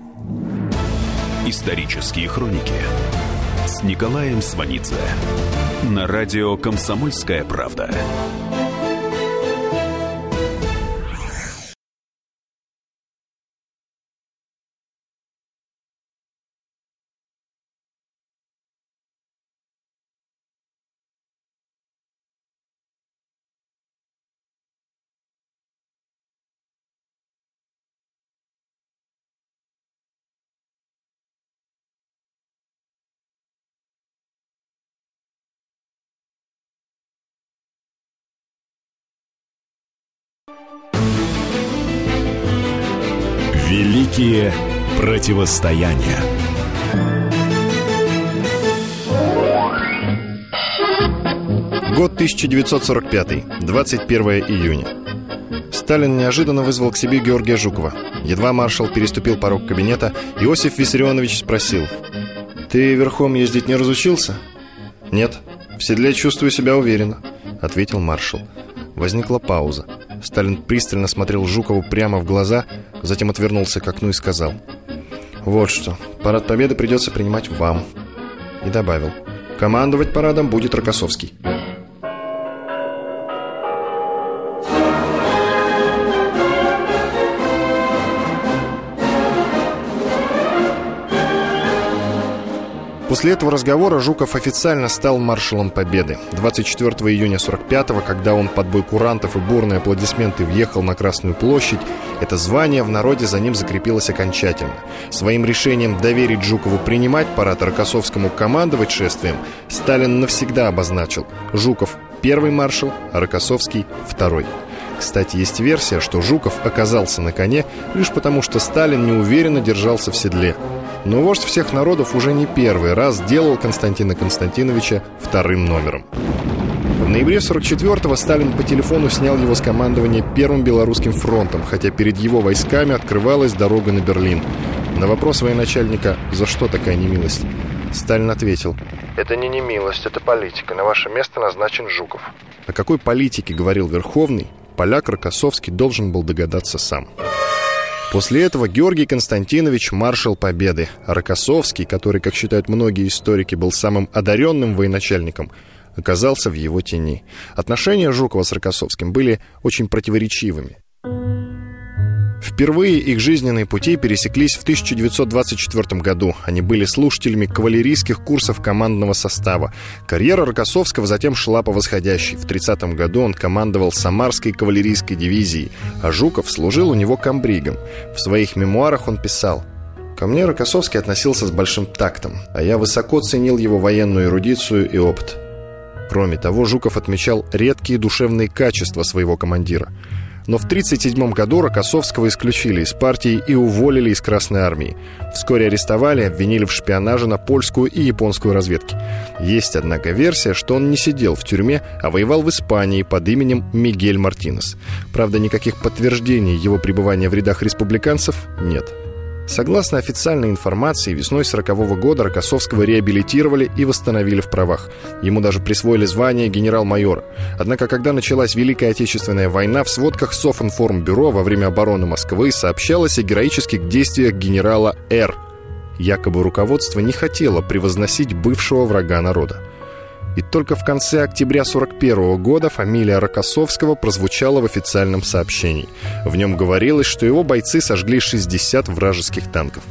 Исторические хроники с Николаем Сванидзе на радио «Комсомольская правда». Великие противостояния. Год тысяча девятьсот сорок пятый, двадцать первое июня. Сталин неожиданно вызвал к себе Георгия Жукова. Едва маршал переступил порог кабинета, Иосиф Виссарионович спросил: «Ты верхом ездить не разучился?» «Нет, в седле чувствую себя уверенно», — ответил маршал. Возникла пауза. Сталин пристально смотрел Жукову прямо в глаза, затем отвернулся к окну и сказал: «Вот что, парад Победы придется принимать вам». И добавил: «Командовать парадом будет Рокоссовский». После этого разговора Жуков официально стал маршалом Победы. двадцать четвёртого июня сорок пятого, когда он под бой курантов и бурные аплодисменты въехал на Красную площадь, это звание в народе за ним закрепилось окончательно. Своим решением доверить Жукову принимать парад, Рокоссовскому командовать шествием, Сталин навсегда обозначил: Жуков – первый маршал, а Рокоссовский – второй. Кстати, есть версия, что Жуков оказался на коне лишь потому, что Сталин неуверенно держался в седле. Но вождь всех народов уже не первый раз делал Константина Константиновича вторым номером. В ноябре сорок четвёртого Сталин по телефону снял его с командования Первым Белорусским фронтом, хотя перед его войсками открывалась дорога на Берлин. На вопрос военачальника: «За что такая немилость?», Сталин ответил: «Это не немилость, это политика. На ваше место назначен Жуков». О какой политике говорил Верховный, поляк Рокоссовский должен был догадаться сам. После этого Георгий Константинович – маршал Победы, а Рокоссовский, который, как считают многие историки, был самым одаренным военачальником, оказался в его тени. Отношения Жукова с Рокоссовским были очень противоречивыми. Впервые их жизненные пути пересеклись в тысяча девятьсот двадцать четвёртом году. Они были слушателями кавалерийских курсов командного состава. Карьера Рокоссовского затем шла по восходящей. В тридцатом году он командовал Самарской кавалерийской дивизией, а Жуков служил у него комбригом. В своих мемуарах он писал: «Ко мне Рокоссовский относился с большим тактом, а я высоко ценил его военную эрудицию и опыт». Кроме того, Жуков отмечал редкие душевные качества своего командира. Но в тридцать седьмом году Рокоссовского исключили из партии и уволили из Красной армии. Вскоре арестовали, обвинили в шпионаже на польскую и японскую разведки. Есть, однако, версия, что он не сидел в тюрьме, а воевал в Испании под именем Мигель Мартинес. Правда, никаких подтверждений его пребывания в рядах республиканцев нет. Согласно официальной информации, весной сорокового года Рокоссовского реабилитировали и восстановили в правах. Ему даже присвоили звание генерал-майора. Однако, когда началась Великая Отечественная война, в сводках Софинформбюро во время обороны Москвы сообщалось о героических действиях генерала Р. Якобы руководство не хотело превозносить бывшего врага народа. И только в конце октября сорок первого года фамилия Рокоссовского прозвучала в официальном сообщении. В нем говорилось, что его бойцы сожгли шестьдесят вражеских танков.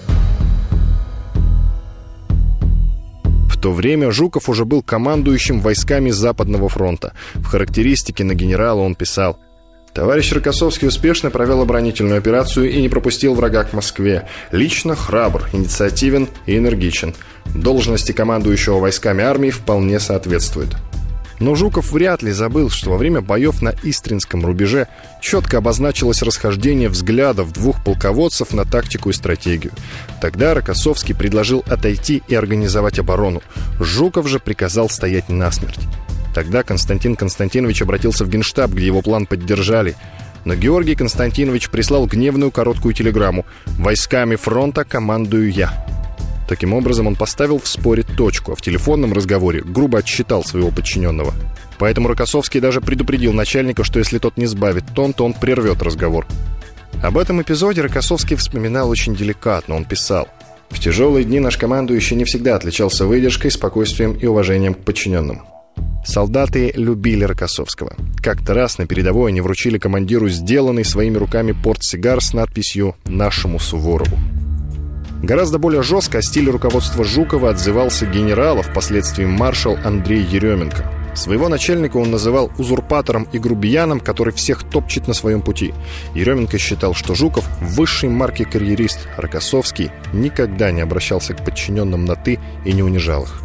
В то время Жуков уже был командующим войсками Западного фронта. В характеристике на генерала он писал: «Товарищ Рокоссовский успешно провел оборонительную операцию и не пропустил врага к Москве. Лично храбр, инициативен и энергичен. Должности командующего войсками армии вполне соответствует». Но Жуков вряд ли забыл, что во время боев на Истринском рубеже четко обозначилось расхождение взглядов двух полководцев на тактику и стратегию. Тогда Рокоссовский предложил отойти и организовать оборону. Жуков же приказал стоять насмерть. Тогда Константин Константинович обратился в Генштаб, где его план поддержали. Но Георгий Константинович прислал гневную короткую телеграмму: «Войсками фронта командую я». Таким образом, он поставил в споре точку, а в телефонном разговоре грубо отсчитал своего подчиненного. Поэтому Рокоссовский даже предупредил начальника, что если тот не сбавит тон, то он прервет разговор. Об этом эпизоде Рокоссовский вспоминал очень деликатно. Он писал: «В тяжелые дни наш командующий не всегда отличался выдержкой, спокойствием и уважением к подчиненным». Солдаты любили Рокоссовского. Как-то раз на передовой они вручили командиру сделанный своими руками портсигар с надписью «Нашему Суворову». Гораздо более жестко о стиле руководства Жукова отзывался генерал, а впоследствии маршал Андрей Еременко. Своего начальника он называл узурпатором и грубияном, который всех топчет на своем пути. Еременко считал, что Жуков – высшей марки карьерист, а Рокоссовский никогда не обращался к подчиненным на «ты» и не унижал их.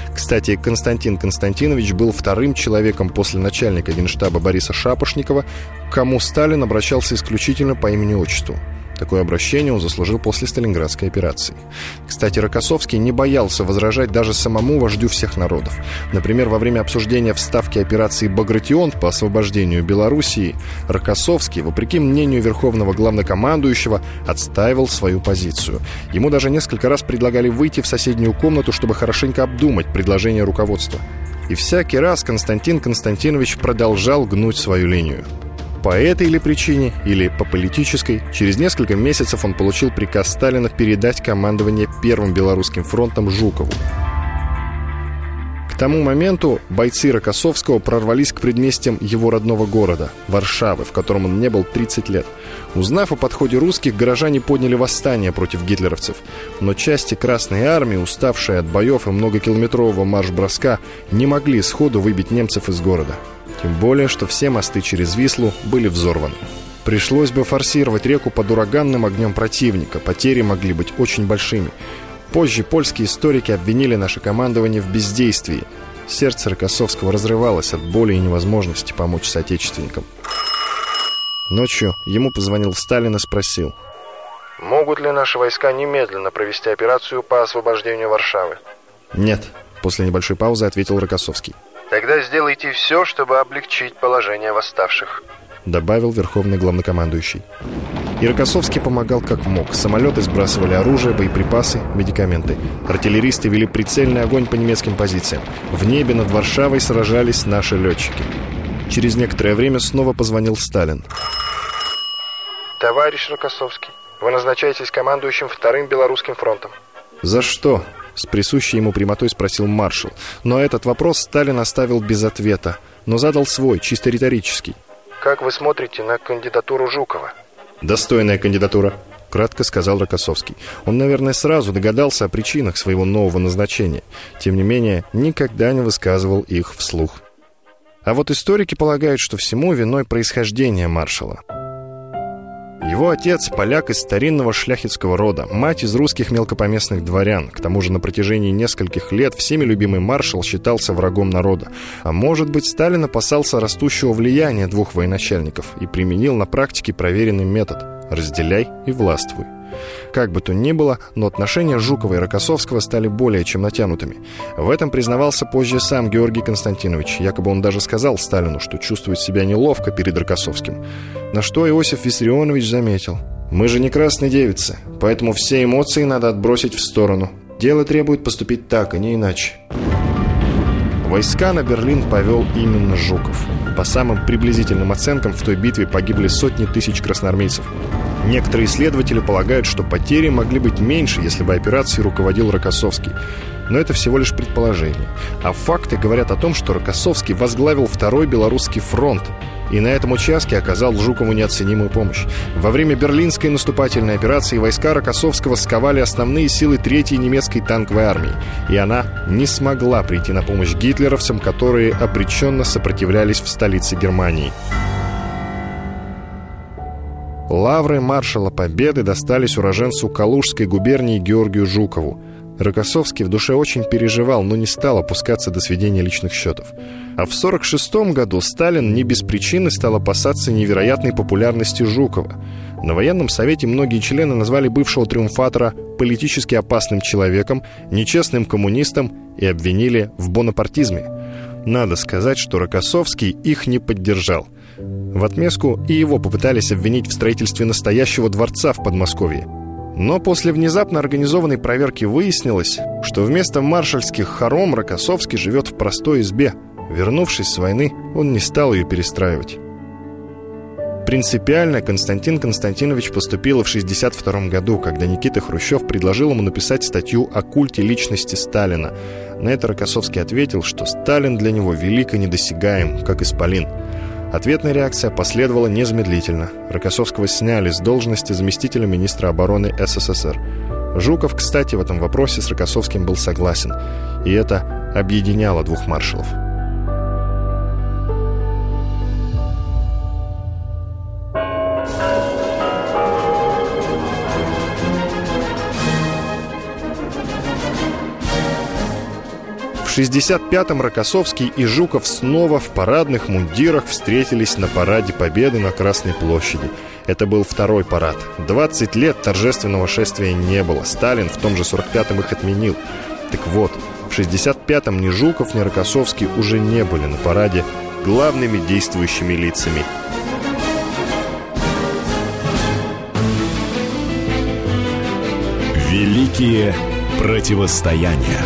Кстати, Константин Константинович был вторым человеком после начальника Генштаба Бориса Шапошникова, к кому Сталин обращался исключительно по имени-отчеству. Такое обращение он заслужил после Сталинградской операции. Кстати, Рокоссовский не боялся возражать даже самому вождю всех народов. Например, во время обсуждения вставки операции «Багратион» по освобождению Белоруссии, Рокоссовский, вопреки мнению верховного главнокомандующего, отстаивал свою позицию. Ему даже несколько раз предлагали выйти в соседнюю комнату, чтобы хорошенько обдумать предложение руководства. И всякий раз Константин Константинович продолжал гнуть свою линию. По этой или причине, или по политической, через несколько месяцев он получил приказ Сталина передать командование Первым Белорусским фронтом Жукову. К тому моменту бойцы Рокоссовского прорвались к предместьям его родного города, Варшавы, в котором он не был тридцать лет. Узнав о подходе русских, горожане подняли восстание против гитлеровцев. Но части Красной Армии, уставшие от боев и многокилометрового марш-броска, не могли сходу выбить немцев из города. Тем более, что все мосты через Вислу были взорваны. Пришлось бы форсировать реку под ураганным огнем противника. Потери могли быть очень большими. Позже польские историки обвинили наше командование в бездействии. Сердце Рокоссовского разрывалось от боли и невозможности помочь соотечественникам. Ночью ему позвонил Сталин и спросил: «Могут ли наши войска немедленно провести операцию по освобождению Варшавы?» «Нет», — после небольшой паузы ответил Рокоссовский. «Тогда сделайте все, чтобы облегчить положение восставших», — добавил верховный главнокомандующий. И Рокоссовский помогал как мог. Самолеты сбрасывали оружие, боеприпасы, медикаменты. Артиллеристы вели прицельный огонь по немецким позициям. В небе над Варшавой сражались наши летчики. Через некоторое время снова позвонил Сталин. «Товарищ Рокоссовский, вы назначаетесь командующим Вторым Белорусским фронтом». «За что?» — с присущей ему прямотой спросил маршал. Но этот вопрос Сталин оставил без ответа, но задал свой, чисто риторический. «Как вы смотрите на кандидатуру Жукова?» «Достойная кандидатура», — кратко сказал Рокоссовский. Он, наверное, сразу догадался о причинах своего нового назначения. Тем не менее, никогда не высказывал их вслух. А вот историки полагают, что всему виной происхождение маршала. Его отец – поляк из старинного шляхетского рода, мать из русских мелкопоместных дворян. К тому же на протяжении нескольких лет всеми любимый маршал считался врагом народа. А может быть, Сталин опасался растущего влияния двух военачальников и применил на практике проверенный метод – разделяй и властвуй. Как бы то ни было, но отношения Жукова и Рокоссовского стали более чем натянутыми. В этом признавался позже сам Георгий Константинович. Якобы он даже сказал Сталину, что чувствует себя неловко перед Рокоссовским. На что Иосиф Виссарионович заметил: «Мы же не красные девицы, поэтому все эмоции надо отбросить в сторону. Дело требует поступить так, а не иначе». Войска на Берлин повел именно Жуков. По самым приблизительным оценкам, в той битве погибли сотни тысяч красноармейцев. Некоторые исследователи полагают, что потери могли быть меньше, если бы операцией руководил Рокоссовский. Но это всего лишь предположение. А факты говорят о том, что Рокоссовский возглавил Второй Белорусский фронт и на этом участке оказал Жукову неоценимую помощь. Во время Берлинской наступательной операции войска Рокоссовского сковали основные силы Третьей немецкой танковой армии, и она не смогла прийти на помощь гитлеровцам, которые обреченно сопротивлялись в столице Германии. Лавры маршала Победы достались уроженцу Калужской губернии Георгию Жукову. Рокоссовский в душе очень переживал, но не стал опускаться до сведения личных счетов. А в сорок шестом году Сталин не без причины стал опасаться невероятной популярности Жукова. На военном совете многие члены назвали бывшего триумфатора политически опасным человеком, нечестным коммунистом и обвинили в бонапартизме. Надо сказать, что Рокоссовский их не поддержал. В отместку и его попытались обвинить в строительстве настоящего дворца в Подмосковье. Но после внезапно организованной проверки выяснилось, что вместо маршальских хором Рокоссовский живет в простой избе. Вернувшись с войны, он не стал ее перестраивать. Принципиально Константин Константинович поступил в шестьдесят втором году, когда Никита Хрущев предложил ему написать статью о культе личности Сталина. На это Рокоссовский ответил, что Сталин для него велик и недосягаем, как исполин. Ответная реакция последовала незамедлительно. Рокоссовского сняли с должности заместителя министра обороны СССР. Жуков, кстати, в этом вопросе с Рокоссовским был согласен. И это объединяло двух маршалов. В шестьдесят пятом Рокоссовский и Жуков снова в парадных мундирах встретились на параде Победы на Красной площади. Это был второй парад. двадцать лет торжественного шествия не было. Сталин в том же сорок пятом их отменил. Так вот, в шестьдесят пятом ни Жуков, ни Рокоссовский уже не были на параде главными действующими лицами. Великие противостояния.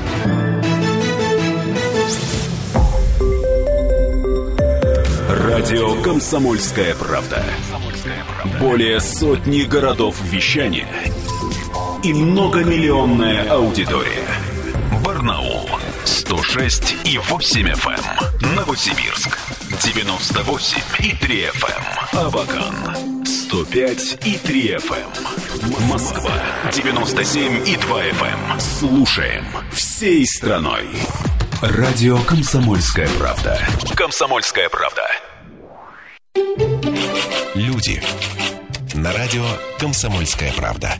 Радио «Комсомольская правда». Более сотни городов вещания и многомиллионная аудитория. Барнаул сто шесть и восемь эф эм, Новосибирск девяносто восемь и три эф эм, Абакан сто пять и три эф эм, Москва девяносто семь и два эф эм. Слушаем всей страной. Радио «Комсомольская правда». «Комсомольская правда». Люди. На радио «Комсомольская правда».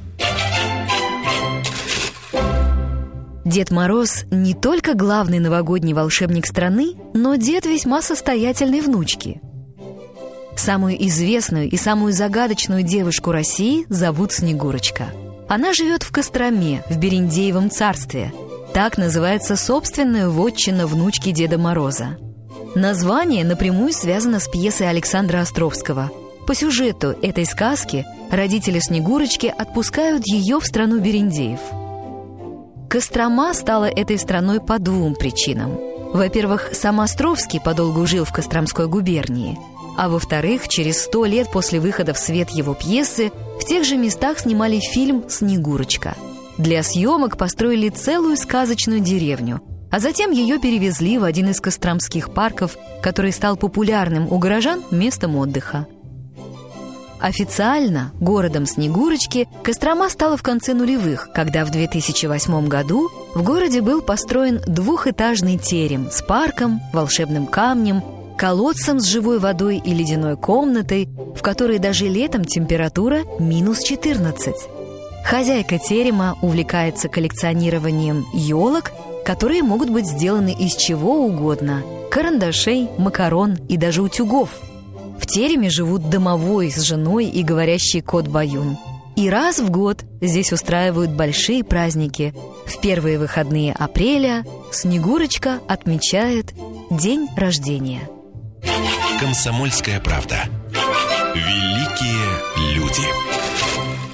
Дед Мороз не только главный новогодний волшебник страны, но дед весьма состоятельной внучки. Самую известную и самую загадочную девушку России зовут Снегурочка. Она живет в Костроме, в Берендеевом царстве. Так называется собственная вотчина внучки Деда Мороза. Название напрямую связано с пьесой Александра Островского. По сюжету этой сказки родители Снегурочки отпускают ее в страну Берендеев. Кострома стала этой страной по двум причинам. Во-первых, сам Островский подолгу жил в Костромской губернии. А во-вторых, через сто лет после выхода в свет его пьесы в тех же местах снимали фильм «Снегурочка». Для съемок построили целую сказочную деревню, а затем ее перевезли в один из костромских парков, который стал популярным у горожан местом отдыха. Официально городом Снегурочки Кострома стала в конце нулевых, когда в две тысячи восьмом году в городе был построен двухэтажный терем с парком, волшебным камнем, колодцем с живой водой и ледяной комнатой, в которой даже летом температура минус четырнадцать. Хозяйка терема увлекается коллекционированием елок, которые могут быть сделаны из чего угодно – карандашей, макарон и даже утюгов. В тереме живут домовой с женой и говорящий кот Баюн. И раз в год здесь устраивают большие праздники. В первые выходные апреля Снегурочка отмечает день рождения. «Комсомольская правда». Великие люди.